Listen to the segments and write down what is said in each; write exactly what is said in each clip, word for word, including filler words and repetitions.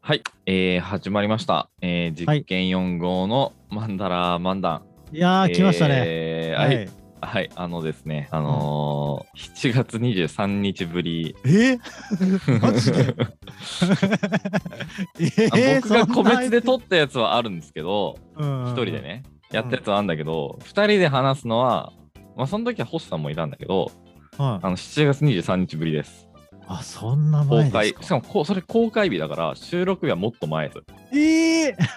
はい、えー、始まりました、えー、 はい。 実験よん号のマンダラー漫談。 いやー、来ましたね。 えー、はい、 はい。 はい、あのですね、あうん。 のー、しちがつにじゅうさんにちぶり。 えマジでえあー、 僕がそんな個別で撮相手。 ったやつはあるんですけど、 うんうんうん。 一人でね、やったやうん。 つはあるんだけど、ふたりで話すのは、まあ、その時は星さんもいたんだけど、 はい。 あのしちがつにじゅうさんにちぶりです。 あ、そんな公開、 前ですか。 しかもこうそれ公開日だから、収録日はもっと前です。 えー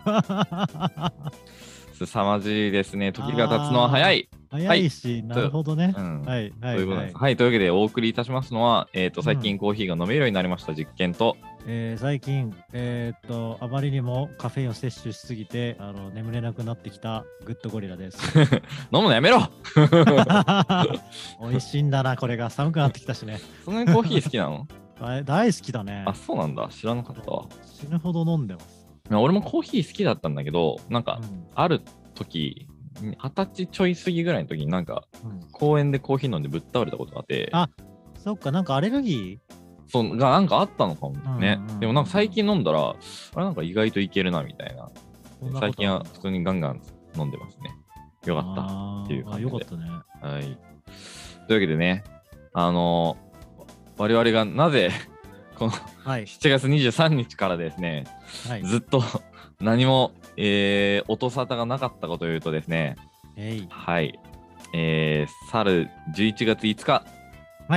凄まじいですね。時が経つのは早あい。 ー、早はい。 いし、なると、 ほどね。 うん。 はいはそういうことなんです。 いはい。 はい。というわけで、お送りいたしますのは、えっと、 うん。 最近コーヒーが飲めるようになりました実験と、 えー最近、えーっと、あまりにもカフェインを摂取しすぎて、あの、眠れなくなってきたグッドゴリラです。 飲むのやめろ美味しいんだな、これが。寒くなってきたしね。 そんなにコーヒー好きなの？ 大大好きだあ、 ね。 そうなんだ。知らなかったわ。 死ぬほど飲んでます。 いや俺もコーヒー好きだったんだけど、なんか、 うん。 ある時、はたちちょい過ぎぐらいの時になんか、 うん、 公園でコーヒー飲んでぶっ倒れたことがあって、 あ、そっか、なんかアレルギそうがなんかあったのかもー。うんね。 うんうんうん、 でもなんか最近飲んだら、あれなんか意外といけるなみたいな。 そんな最近ことあるんだ。 は普通にガンガン飲んでますね。よかったっていうあーあ、 感じで。 よかったね。 はい。というわけでね、あのー、我々がなぜこのはい。 しちがつにじゅうさんにちからですね、 はい。 ずっと何も、えー、音沙汰がなかったかというとですね、 えい。 はい、えー、去るじゅういちがついつか、 はい。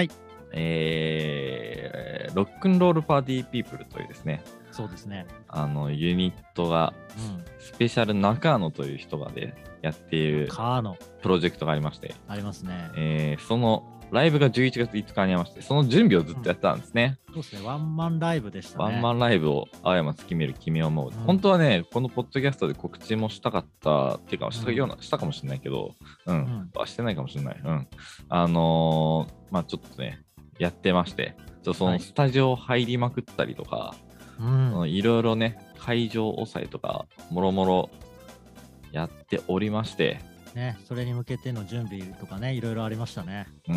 えー、ロックンロールパーティーピープルというですね、 そうですね。 あのユニットが、 うん。 スペシャル中野という人がでやっているカーノ。 プロジェクトがありまして、 ありますね。 えー、そのライブがじゅういちがついつかにありまして、その準備をずっとやってたんですね。 そうですね。ワンマンライブでしたね。 ワンマンライブを青山月見る君を思う、 うん、 本当はね、このポッドキャストで告知もしたかったっていうか、したような、 うん、 したかもしれないけど、うん、 うん、 してないかもしれない。うん。あのー、まあちょっとね、やってまして、ちょそのスタジオ入りまくったりとか、 はい。 いろいろね、会場抑えとか、もろもろやっておりまして、 ね、それに向けての準備とかね、いろいろありましたね。 うん。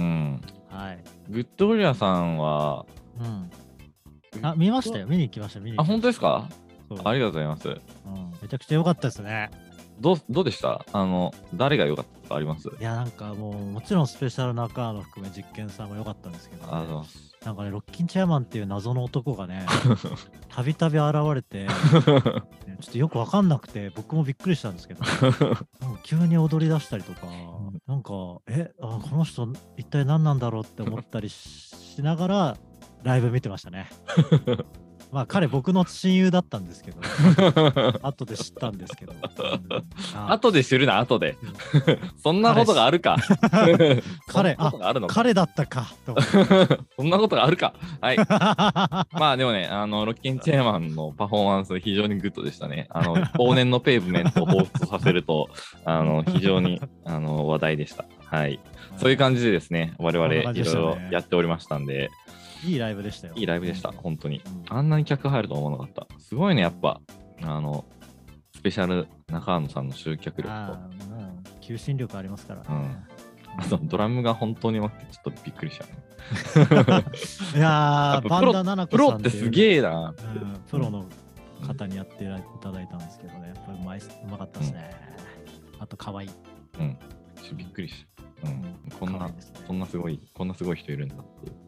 はい。 グッドゴリラさんは、 うん。あ、見ましたよ。見に行きました。見に行あ、 きました。 本当ですか？ そう。 ありがとうございます。 うん。めちゃくちゃ良かったですね。 どう、どうでした？あの、誰が良かったとかあります？ いや、なんかもう、もちろんスペシャルなカード含め実験さんも良かったんですけどね。 あの、 なんかね、ロッキンチェアマンっていう謎の男がね、たびたび現れて、ねちょっとよくわかんなくて、僕もびっくりしたんですけど、なんか急に踊り出したりとか、なんか、え、あ、この人一体何なんだろうって思ったりしながら、ライブ見てましたね。まあ彼僕の親友だったんですけど、後で知ったんですけど、うん、あ後で知るな、後で。そんなことがあるか。そんな彼、あ、 ことがあるのか。 彼だったかと思ってそんなことがあるか。はい。まあでもね、あの、ロッキンチェアマンのパフォーマンス非常にグッドでしたね。あの、往年のペーブメントを彷彿させると、あの、非常にあの話題でした。はい。そういう感じでですね、我々いろいろやっておりましたんで、 いいライブでしたよ。 いいライブでした、本当に。 うん、 あんなに客入るとは思わなかった。すごいね、やっぱ、あの、スペシャル中野さんの集客力と。 ああ、もう、求心力ありますからね。 うん。あと、ドラムが本当にうまくて、ちょっとびっくりしたね。 いやー、バンダナナコさんプロってすげえな、 うん。プロの方にやっていただいたんですけどね、やっぱりうまい、うまかったですね。うん、あと、可愛い。 うん。ちょびっくりした。うん。うん、こんな、ね、こんなすごい、こんなすごい人いるんだっていう。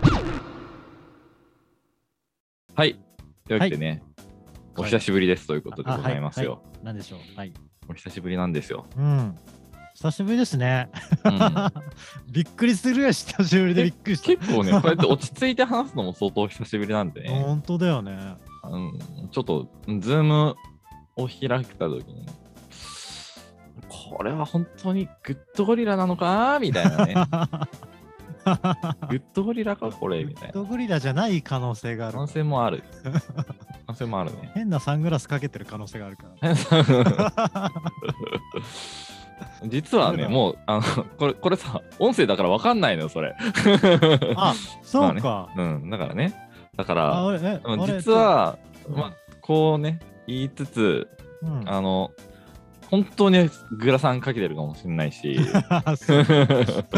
はい。というわけでね、はい、お久しぶりですということでございますよ。 はいはい、なんでしょう。はい。 お久しぶりなんですよ。 うん。久しぶりですね。うん、びっくりするや久しぶりでびっくりした。 結構ね、こうやって落ち着いて話すのも相当久しぶりなんでね。 本当だよね。 うん、ちょっと、ズームを開けたときに、これは本当にグッドゴリラなのかみたいなね。グッドゴリラかこれみたいな。 グッドゴリラじゃない可能性がある。 可能性もある。可能性もあるね。 変なサングラスかけてる可能性があるから。 実はね、もうあのこれこれさ、音声だから分かんないのよ、それ。 あ、そうか。 まあね、うん、だからね。だから、 え実は、まあ、こうね、言いつつ、うん、あの、本当にグラサンかけてるかもしれないし、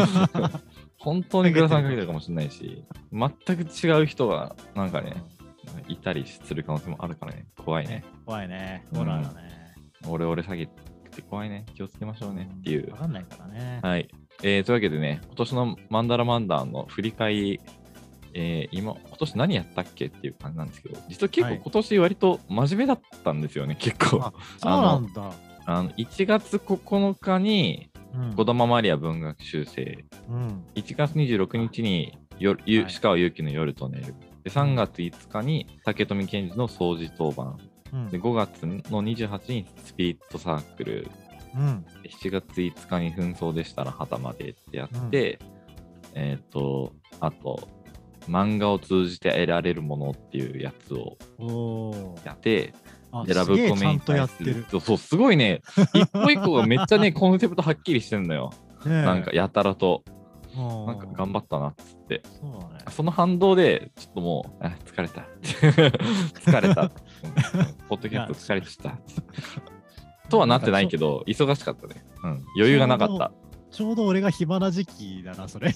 本当にグラサンかけてるかもしれないし、全く違う人が、なんかね、 いたりする可能性もあるからね。怖いね。 怖いね。ホラーだね。 オレオレ詐欺って怖いね。気をつけましょうねっていう。 わかんないからね。 はい。えー、というわけでね、今年のマンダラマンダーの振り返り、えー、今、今年何やったっけっていう感じなんですけど、実は結構今年割と真面目だったんですよね、はい、結構。 あ、そうなんだ。 あのいちがつここのかに、児玉マリア文学修正、うん、いちがつにじゅうろくにちによゆ、はい、鹿尾祐希の夜と寝る、でさんがついつかに竹富健二の掃除当番、うん、でごがつのにじゅうはちにちにスピリットサークル、うん、しちがついつかに紛争でしたら旗までってやって、うん、えっ、ー、とあと漫画を通じて得られるものっていうやつをやって、でラブコメに対するそうそうすごいね一個一個がめっちゃねコンセプトはっきりしてんのよなんかやたらとなんか頑張ったなっつってそう、ね、その反動でちょっともうあ疲れた疲れたポッドキャスト疲れてたとはなってないけど忙しかったね、うん、余裕がなかった。 ちょうど俺が暇な時期だなそれ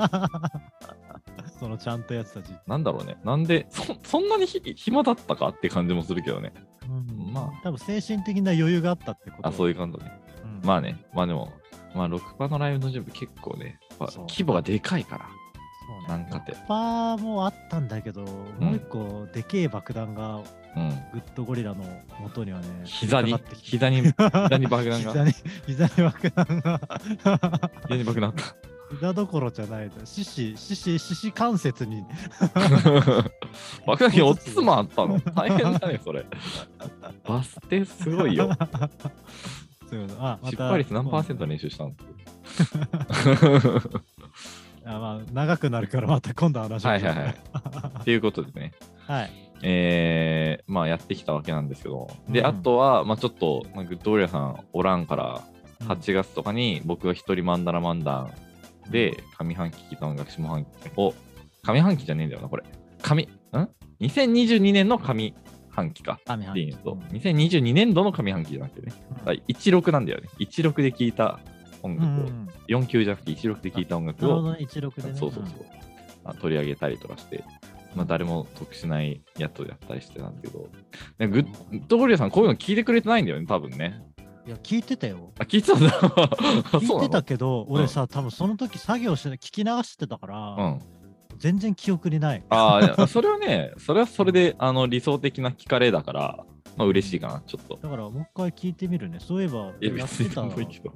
そのちゃんとやってた時期なんだろうねなんで そ, そんなに暇だったかって感じもするけどね、 うん、まあ多分精神的な余裕があったってこと。 あそういう感じね、うん、まあねまあでもまあろくパのライブの準備結構ね規模がでかいからそう、ね、なんかてろくパもあったんだけど、うん、もう一個でけえ爆弾が、うん、グッドゴリラの元にはね膝に膝に膝に爆弾が膝に膝に爆弾が膝に爆弾あった膝どころじゃない獅子獅子獅子関節に爆弾によっつもあったの大変だねそれバス停すごいよあ失敗率何パーセント練習したんあ、まあ、長くなるからまた今度話しましょう。はいはいはい。 っていうことでね、 はいえー、まあやってきたわけなんですけど、で、うん、あとは、まあ、ちょっと、まあ、グッドウォリアさんおらんからはちがつとかに僕が一人マンダラマンダンで上半期聞いた音楽下半期を上半期じゃねえんだよなこれ上んにせんにじゅうにねんの上半期かっていうと、にせんにじゅうにねんどの上半期じゃなくてね、うん、じゅうろくなんだよね。じゅうろくで聞いた音楽を、うん、よんきゅうじゃなくてじゅうろくで聞いた音楽を、 ね、そうそうそう、うん、取り上げたりとかして、まあ、誰も得しないやつをやったりしてたんだけど、ね、グッドゴリラさんこういうの聞いてくれてないんだよね多分ね。 いや聞いてたよ。 あ聞いてたんだ聞いてたけど俺さ、うん、多分その時作業して聞き流してたから、うん、全然記憶にない。 ああそれはねそれはそれであの理想的な聞かれだからまあ嬉しいかなちょっと。 だからもう一回聞いてみるね。そういえばやってた。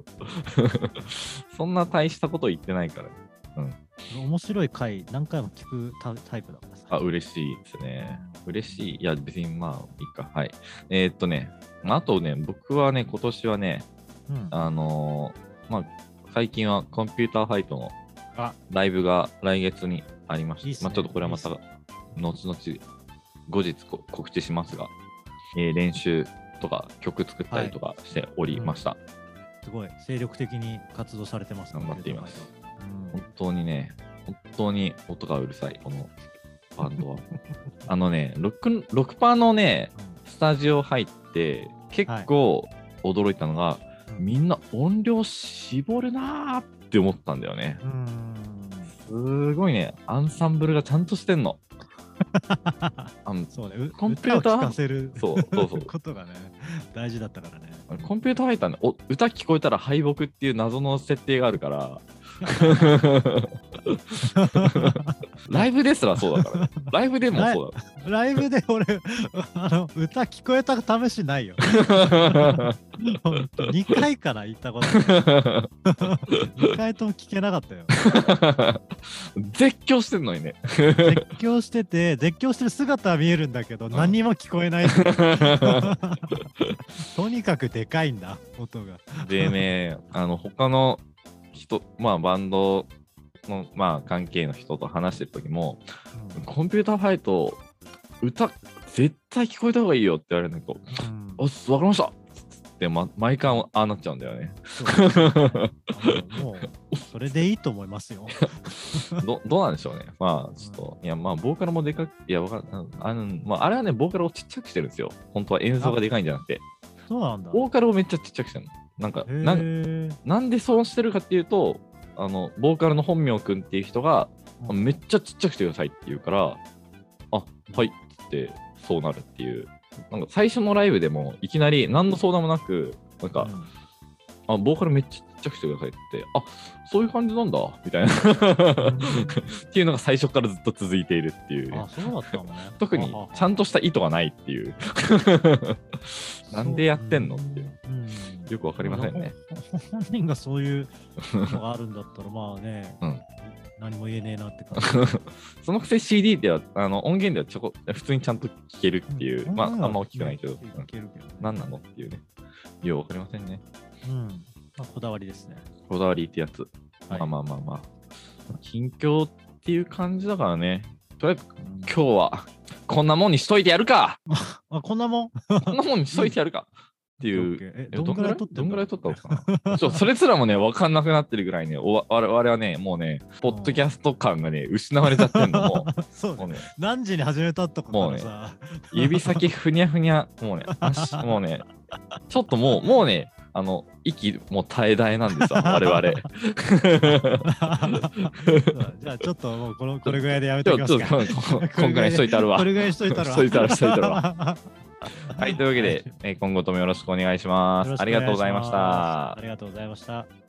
そんな大したこと言ってないから。うん。 面白い回何回も聞くタイプだからさ。 あ嬉しいですね。嬉しい。いや別にまあいいか。はい。えー、っとねあとね僕はね今年はね、うん、あのー、まあ最近はコンピューターファイトのライブが来月にありまして、いいね、まあちょっとこれはまた後々後日告知しますが。えー、練習とか曲作ったりとかしておりました、はいうん、すごい精力的に活動されてます、 ね、頑張っています、うん、本当にね本当に音がうるさいこのバンドはあのね 6, 6パーのねスタジオ入って結構驚いたのが、はい、みんな音量絞るなーって思ったんだよね。うんすごいねアンサンブルがちゃんとしてんのあのそうね、 コンピューター歌を聴かせるそうそうそうことがね大事だったからね。 コンピューターファイターねお歌聞こえたら敗北っていう謎の設定があるからライブですらそうだから、ね、ライブでもそうだライブで俺あの歌聞こえた試しないよにかいかな言ったことにかいとも聞けなかったよ絶叫してんのにね絶叫してて絶叫してる姿は見えるんだけど、うん、何も聞こえないとにかくでかいんだ音がでねあの他の人まあバンドのまあ関係の人と話してる時も、うん、コンピューターファイト歌絶対聞こえた方がいいよって言われるんだけど、うん、おっ分かりましたって、ま、毎回ああなっちゃうんだよね。 もうそれでいいと思いますよどどうなんでしょうね。まあちょっと、うん、いやまあボーカルもでかくいやわかるあの、まあ、あれはねボーカルをちっちゃくしてるんですよ。本当は演奏がでかいんじゃなくてそうなんだボーカルをめっちゃちっちゃくしてるの。なんかな ん, なんでそうしてるかっていうとあのボーカルの本名くんっていう人が、うん、めっちゃちっちゃくしてくださいって言うからあはいっつっしてそうなるっていう。なんか最初のライブでもいきなり何の相談もなく、なんか、 うんあ、ボーカルめっちゃちっちゃくしてくださいって言って、あ、そういう感じなんだみたいなっていうのが最初からずっと続いているっていう、ね。 あ、そうだったのね。 特にちゃんとした意図がないっていう。なんでやってんのっていう。うん、よくわかりませんね。 本人がそういうのがあるんだったら、まあね、うん、何も言えねえなって感じ。 そのくせ シーディー では、あの音源ではちょこ普通にちゃんと聴けるっていう、うん、まあ、あんま大きくないけど、何なのっていうね。ようわかりませんね。 うん。まあ、こだわりですね。 こだわりってやつ。はい、まあまあまあまあ。近況っていう感じだからね。とりあえず、今日はこんなもんにしといてやるかあ、こんなもんこんなもんにしといてやるかっていう。 え、どんぐらい撮ってどんぐらい撮ったのかなちょそれすらもね、わかんなくなってるぐらいね、我々はね、もうね、ポッドキャスト感がね、失われちゃってんのもう。 そうね。何時に始めたとかもうね、指先ふにゃふにゃ、もうね、足、もうね、ちょっともう、もうね、あの、息もう絶え絶えなんですよ、我々。 じゃあちょっともうこのこれぐらいでやめておきますか。 ちょっとこんぐらいしといたるわ。 これぐらいしといたるわ。 しといたるしといたるわ。はい、というわけで、えー、今後ともよろしくお願いします。ありがとうございました。 ありがとうございました。